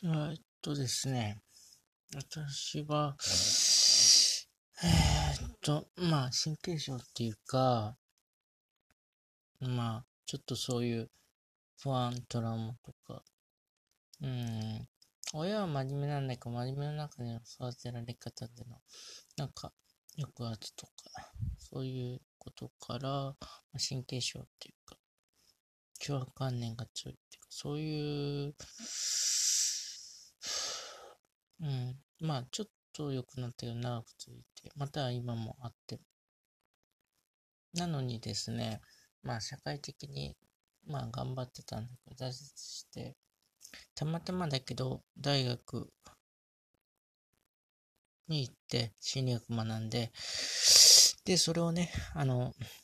ですね、私は、神経症っていうか、ちょっとそういう不安、トラウマとか、親は真面目なんだけど、真面目の中での育てられ方での、抑圧とか、そういうことから、神経症っていうか、凶悪観念が強いっていうか、そういう、ちょっと良くなったけど長く続いて、また今もあって。なのにですね、社会的に、頑張ってたんだけど、挫折して、たまたまだけど、大学に行って、心理学学んで、で、それをね、